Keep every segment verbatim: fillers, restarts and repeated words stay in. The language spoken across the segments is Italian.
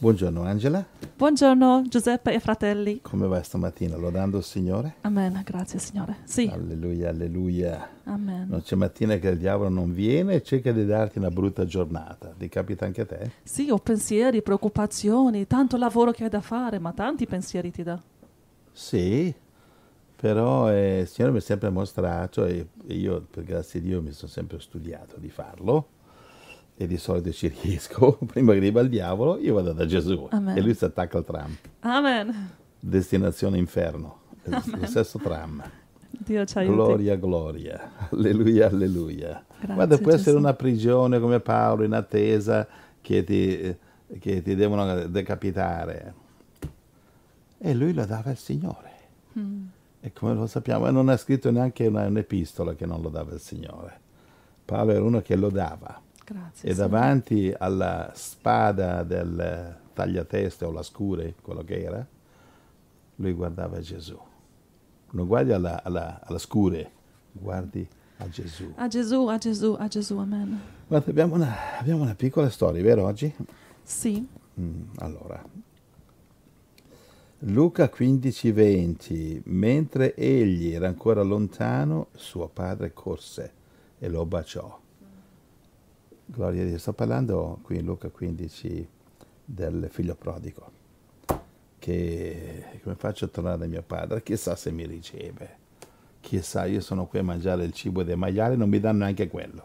Buongiorno Angela. Buongiorno Giuseppe e fratelli. Come va stamattina? Lodando il Signore? Amen, grazie Signore. Sì. Alleluia, alleluia. Amen. Non c'è mattina che il diavolo non viene e cerca di darti una brutta giornata. Ti capita anche a te? Sì, ho pensieri, preoccupazioni, tanto lavoro che hai da fare, ma tanti pensieri ti dà. Sì, però eh, il Signore mi ha sempre mostrato e io, per grazia di Dio, mi sono sempre studiato di farlo. E di solito ci riesco, prima che arriva il diavolo, io vado da Gesù. Amen. E lui si attacca al tram. Amen. Destinazione inferno, Amen. lo stesso tram. Dio ci aiuti. Gloria, gloria, alleluia, alleluia. Grazie, Guarda, può essere Gesù. una prigione come Paolo in attesa che ti, che ti devono decapitare. E lui lo dava al Signore. Mm. E come lo sappiamo, e non ha scritto neanche una, un'epistola che non lo dava al Signore. Paolo era uno che lo dava. Grazie. E Signore. davanti alla spada del tagliateste o la scure, quello che era, lui guardava Gesù. Non guardi alla, alla, alla scure, guardi a Gesù. A Gesù, a Gesù, a Gesù, amen. Guarda, abbiamo una, abbiamo una piccola storia, vero oggi? Sì. Mm, allora, Luca quindici venti, mentre egli era ancora lontano, suo padre corse e lo baciò. Gloria a Dio, sto parlando qui in Luca quindici del figlio prodigo, che come faccio a tornare da mio padre? Chissà se mi riceve, chissà, io sono qui a mangiare il cibo dei maiali, non mi danno neanche quello.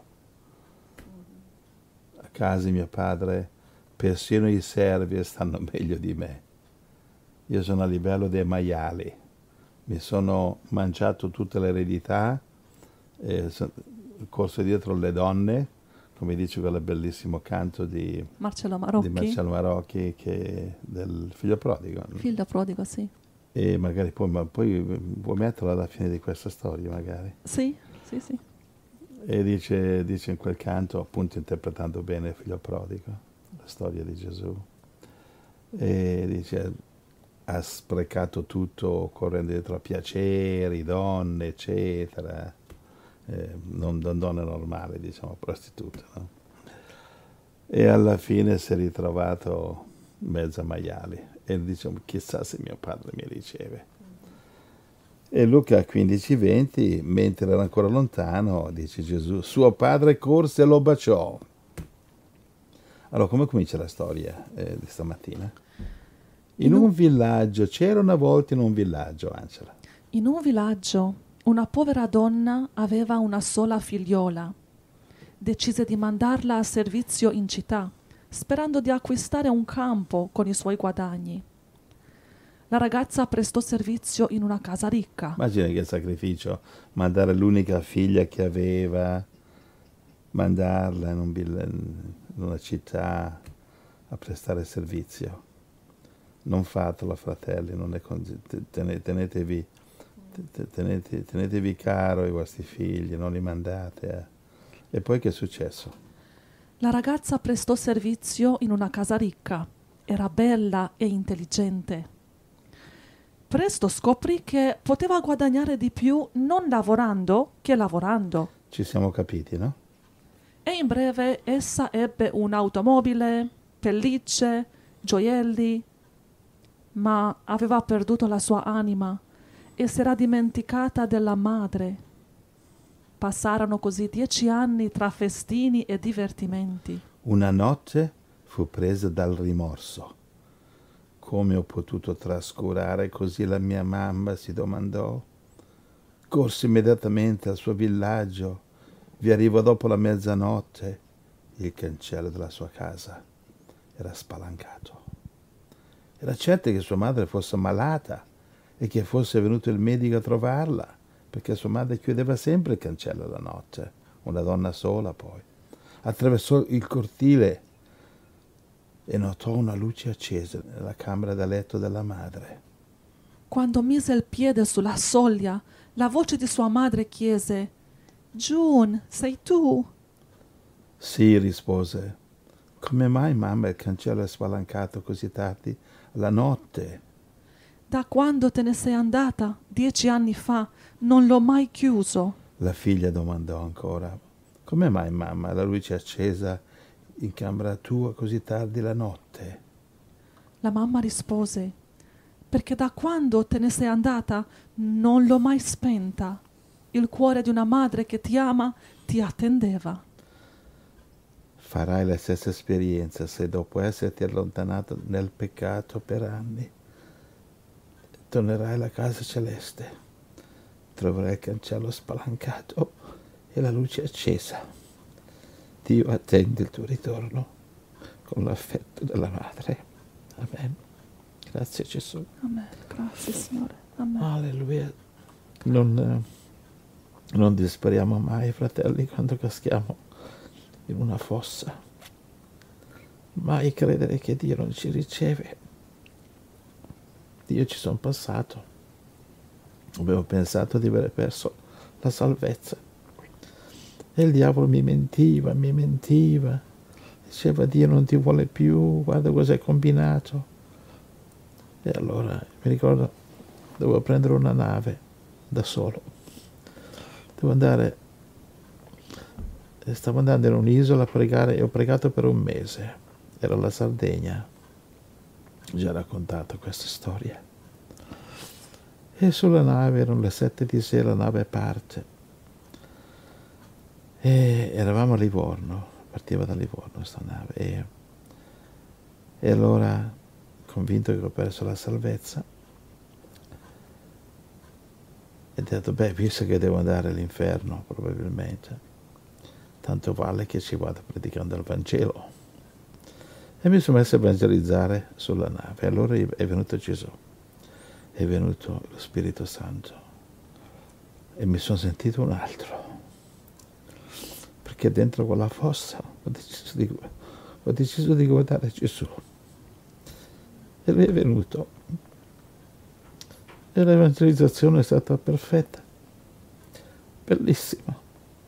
A casa di mio padre persino i servi stanno meglio di me. Io sono a livello dei maiali, mi sono mangiato tutta l'eredità, eh, corso dietro le donne, come dice quel bellissimo canto di Marcello Marocchi. di Marcello Marocchi, che del figlio prodigo. Figlio prodigo, sì. E magari poi, ma poi puoi metterla alla fine di questa storia, magari. Sì, sì, sì. E dice, dice in quel canto, appunto interpretando bene il figlio prodigo, la storia di Gesù. E dice, ha sprecato tutto correndo dietro a piaceri, donne, eccetera. Eh, non, non donne normali, diciamo, prostitute, no? E alla fine si è ritrovato mezzo a maiali e diciamo chissà se mio padre mi riceve. E Luca quindici venti, mentre era ancora lontano, dice Gesù, suo padre corse e lo baciò. Allora, come comincia la storia eh, di stamattina? In, in un, un villaggio, c'era una volta in un villaggio, Angela. In un villaggio una povera donna aveva una sola figliola. Decise di mandarla a servizio in città, sperando di acquistare un campo con i suoi guadagni. La ragazza prestò servizio in una casa ricca. Immagina che sacrificio, mandare l'unica figlia che aveva, mandarla in, un in una città a prestare servizio. Non fatelo, fratelli, non è tenetevi, tenete, tenetevi caro i vostri figli, non li mandate. Eh. E poi che è successo? La ragazza prestò servizio in una casa ricca. Era bella e intelligente. Presto scoprì che poteva guadagnare di più non lavorando che lavorando. Ci siamo capiti, no? E in breve essa ebbe un'automobile, pellicce, gioielli, ma aveva perduto la sua anima e si era dimenticata della madre. Passarono così dieci anni tra festini e divertimenti. Una notte fu presa dal rimorso. Come ho potuto trascurare così la mia mamma, si domandò. Corse immediatamente al suo villaggio. Vi arrivò dopo la mezzanotte. Il cancello della sua casa era spalancato. Era certo che sua madre fosse malata e che fosse venuto il medico a trovarla, perché sua madre chiudeva sempre il cancello la notte, una donna sola poi. Attraversò il cortile e notò una luce accesa nella camera da letto della madre. Quando mise il piede sulla soglia, la voce di sua madre chiese: «June, sei tu?» Sì, rispose. Come mai, mamma, il cancello è spalancato così tardi la notte? Da quando te ne sei andata, dieci anni fa, non l'ho mai chiuso. La figlia domandò ancora. Come mai, mamma, la luce è accesa in camera tua così tardi la notte? La mamma rispose: perché da quando te ne sei andata non l'ho mai spenta. Il cuore di una madre che ti ama ti attendeva. Farai la stessa esperienza se dopo esserti allontanato nel peccato per anni tornerai alla casa celeste. Troverai il cancello spalancato e la luce accesa. Dio attende il tuo ritorno con l'affetto della madre. Amen. Grazie Gesù. Amen. Grazie Signore. Amen. Alleluia. Non, non disperiamo mai, fratelli, quando caschiamo in una fossa. Mai credere che Dio non ci riceve. Io ci sono passato. Avevo pensato di aver perso la salvezza. E il diavolo mi mentiva, mi mentiva. Diceva: Dio non ti vuole più, guarda cosa hai combinato. E allora mi ricordo, dovevo prendere una nave da solo. Devo andare, stavo andando in un'isola a pregare e ho pregato per un mese. Era la Sardegna. Ho già raccontato questa storia. E sulla nave erano le sette di sera, la nave parte. E eravamo a Livorno, partiva da Livorno questa nave. E, e allora, convinto che ho perso la salvezza, e ho detto: beh, visto che devo andare all'inferno, probabilmente, tanto vale che ci vada predicando il Vangelo. E mi sono messo a evangelizzare sulla nave. Allora è venuto Gesù, è venuto lo Spirito Santo e mi sono sentito un altro, perché dentro quella fossa ho deciso di, ho deciso di guardare Gesù e lui è venuto e l'evangelizzazione è stata perfetta, bellissima,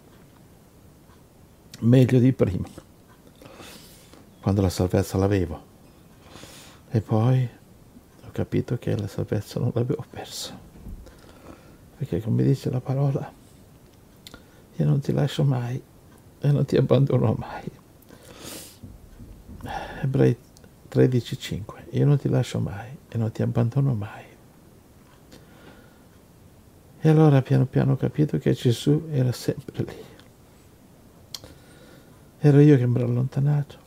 meglio di prima, quando la salvezza l'avevo. E poi ho capito che la salvezza non l'avevo persa, perché come dice la parola, io non ti lascio mai e non ti abbandono mai. Ebrei tredici cinque, io non ti lascio mai e non ti abbandono mai. E allora piano piano ho capito che Gesù era sempre lì. Ero io che mi ero allontanato,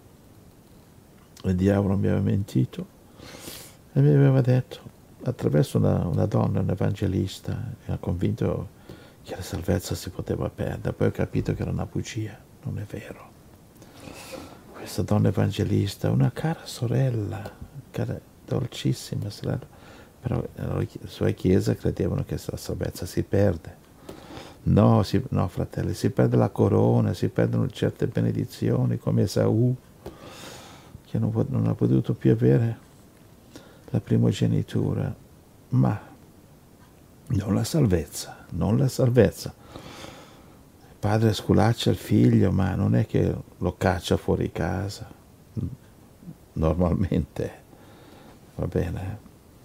il diavolo mi aveva mentito e mi aveva detto, attraverso una, una donna, un evangelista, mi ha convinto che la salvezza si poteva perdere. Poi ho capito che era una bugia, non è vero. Questa donna evangelista, una cara sorella, cara, dolcissima sorella, però la sua chiesa credevano che la salvezza si perde. No, si, no, fratelli, si perde la corona, si perdono certe benedizioni, come Esaù, che non, non ha potuto più avere la primogenitura, ma non la salvezza, non la salvezza. Il padre sculaccia il figlio, ma non è che lo caccia fuori casa, normalmente, va bene?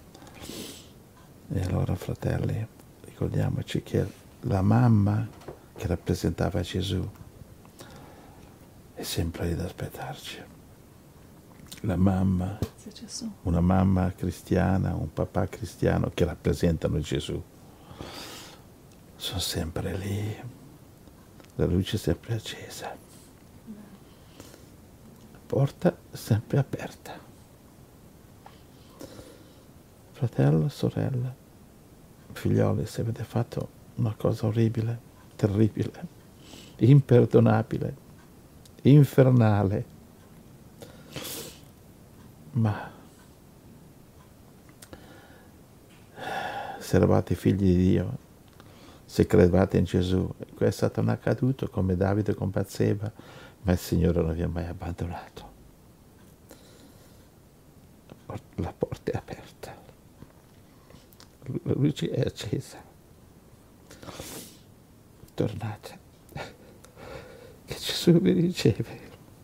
E allora, fratelli, ricordiamoci che la mamma che rappresentava Gesù è sempre lì ad aspettarci. La mamma, una mamma cristiana, un papà cristiano che rappresentano Gesù, sono sempre lì, la luce è sempre accesa, la porta sempre aperta. Fratello, sorella, figlioli, se avete fatto una cosa orribile, terribile, imperdonabile, infernale, ma se eravate figli di Dio, se credevate in Gesù, questo è stato un accaduto come Davide con Batseba, ma il Signore non vi ha mai abbandonato. La porta è aperta, la luce è accesa. Tornate, che Gesù vi riceve.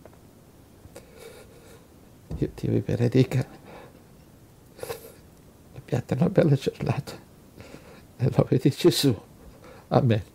Dio ti vi benedica. Abbiate una bella giornata. Nel nome di Gesù. Amen.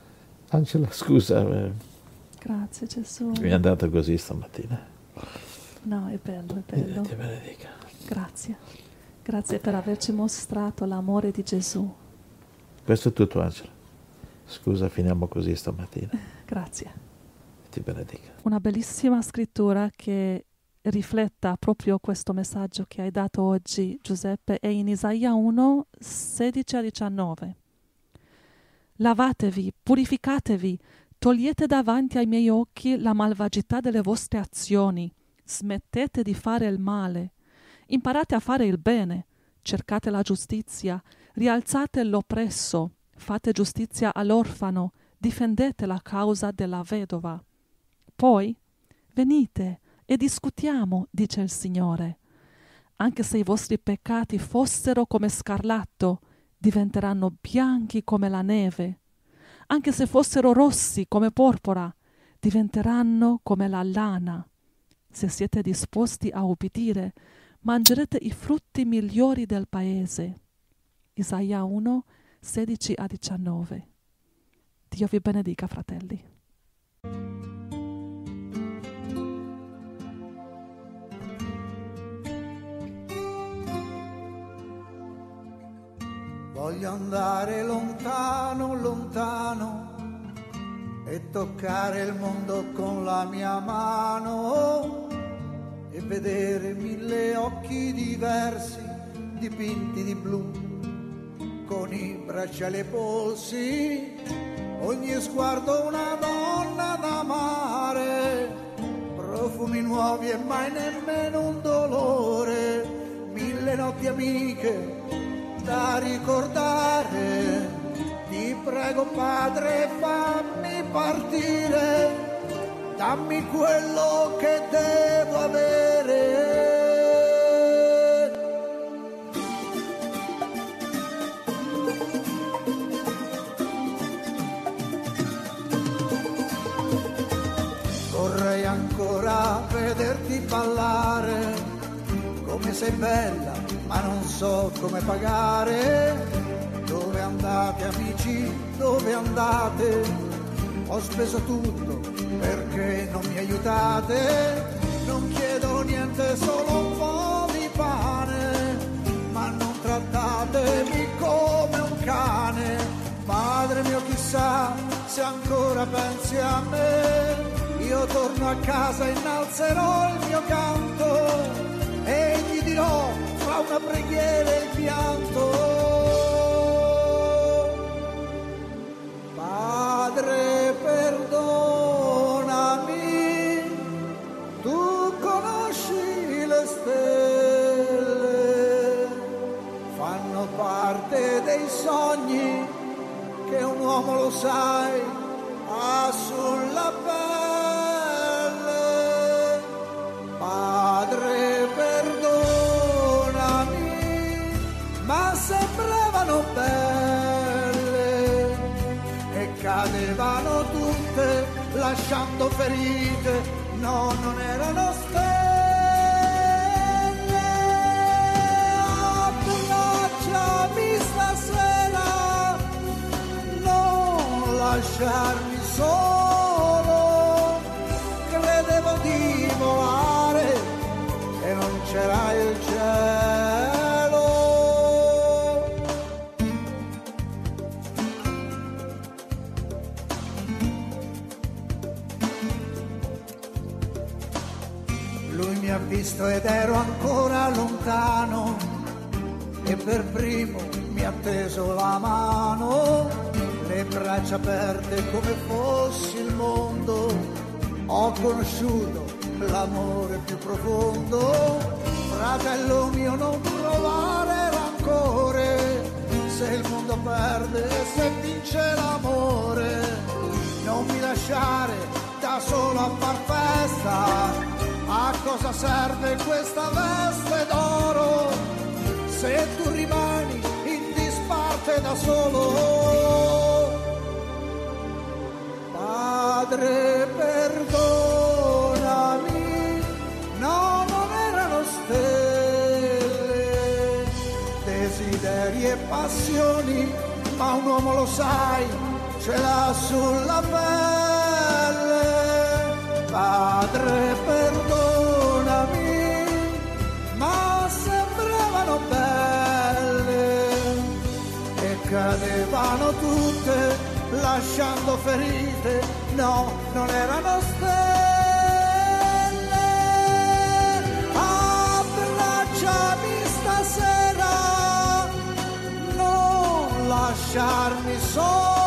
Angela, scusa. Grazie Gesù. Mi è andato così stamattina. No, è bello, è bello. Ti benedica. Grazie. Grazie per averci mostrato l'amore di Gesù. Questo è tutto, Angelo. Scusa, finiamo così stamattina. Grazie. Ti benedica. Una bellissima scrittura che rifletta proprio questo messaggio che hai dato oggi, Giuseppe, è in Isaia uno, sedici a diciannove. Lavatevi, purificatevi, togliete davanti ai miei occhi la malvagità delle vostre azioni, smettete di fare il male, imparate a fare il bene, cercate la giustizia, rialzate l'oppresso, fate giustizia all'orfano, difendete la causa della vedova. Poi venite e discutiamo, dice il Signore. Anche se i vostri peccati fossero come scarlatto, diventeranno bianchi come la neve. Anche se fossero rossi come porpora, diventeranno come la lana. Se siete disposti a obbedire, mangerete i frutti migliori del paese. Isaia uno, sedici a diciannove. Dio vi benedica, fratelli. Voglio andare lontano, lontano e toccare il mondo con la mia mano e vedere mille occhi diversi dipinti di blu, con i bracciali e polsi, ogni sguardo una donna da amare, profumi nuovi e mai nemmeno un dolore, mille notti amiche da ricordare. Ti prego Padre, fammi partire, dammi quello che devo avere. Vorrei ancora vederti ballare, come sei bella, ma non so come pagare. Dove andate amici, dove andate? Ho speso tutto perché non mi aiutate. Non chiedo niente, solo un po' di pane, ma non trattatemi come un cane. Padre mio, chissà se ancora pensi a me. Io torno a casa, innalzerò il mio canto e gli dirò fra una preghiera e il pianto. Padre, perdonami, tu conosci le stelle, fanno parte dei sogni che un uomo, lo sai, ha sulla pelle. Padre, perdonami, ma sembravano belle e cadevano tutte lasciando ferite, no, non erano stelle. Abbracciami stasera, non lasciarmi solo, credevo di volare e non c'era il cielo. Lui mi ha visto ed ero ancora lontano e per primo mi ha teso la mano, le braccia aperte come fossi il mondo. Ho conosciuto l'amore più profondo. Fratello mio, non provare rancore, se il mondo perde, se vince l'amore. Non mi lasciare da solo a far festa, a cosa serve questa veste d'oro se tu rimani in disparte da solo. Padre, perdonami, no, non erano stelle, desideri e passioni, ma un uomo, lo sai, ce l'ha sulla pelle. Padre, perdonami, volavano tutte, lasciando ferite, no, non erano stelle. Abbracciami stasera, non lasciarmi solo.